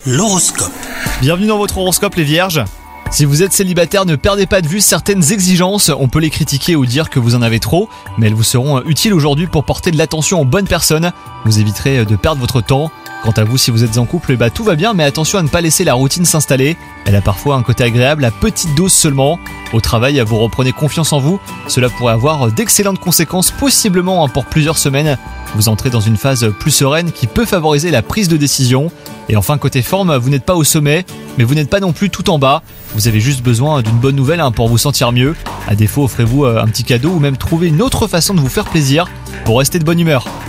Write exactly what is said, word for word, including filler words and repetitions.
L'horoscope. Bienvenue dans votre horoscope les vierges. Si vous êtes célibataire, ne perdez pas de vue certaines exigences. On peut les critiquer ou dire que vous en avez trop, mais elles vous seront utiles aujourd'hui pour porter de l'attention aux bonnes personnes. Vous éviterez de perdre votre temps. Quant à vous, si vous êtes en couple, bah tout va bien, mais attention à ne pas laisser la routine s'installer. Elle a parfois un côté agréable à petite dose seulement. Au travail, vous reprenez confiance en vous. Cela pourrait avoir d'excellentes conséquences, possiblement pour plusieurs semaines. Vous entrez dans une phase plus sereine qui peut favoriser la prise de décision. Et enfin, côté forme, vous n'êtes pas au sommet, mais vous n'êtes pas non plus tout en bas. Vous avez juste besoin d'une bonne nouvelle hein, pour vous sentir mieux. À défaut, offrez-vous un petit cadeau ou même trouvez une autre façon de vous faire plaisir pour rester de bonne humeur.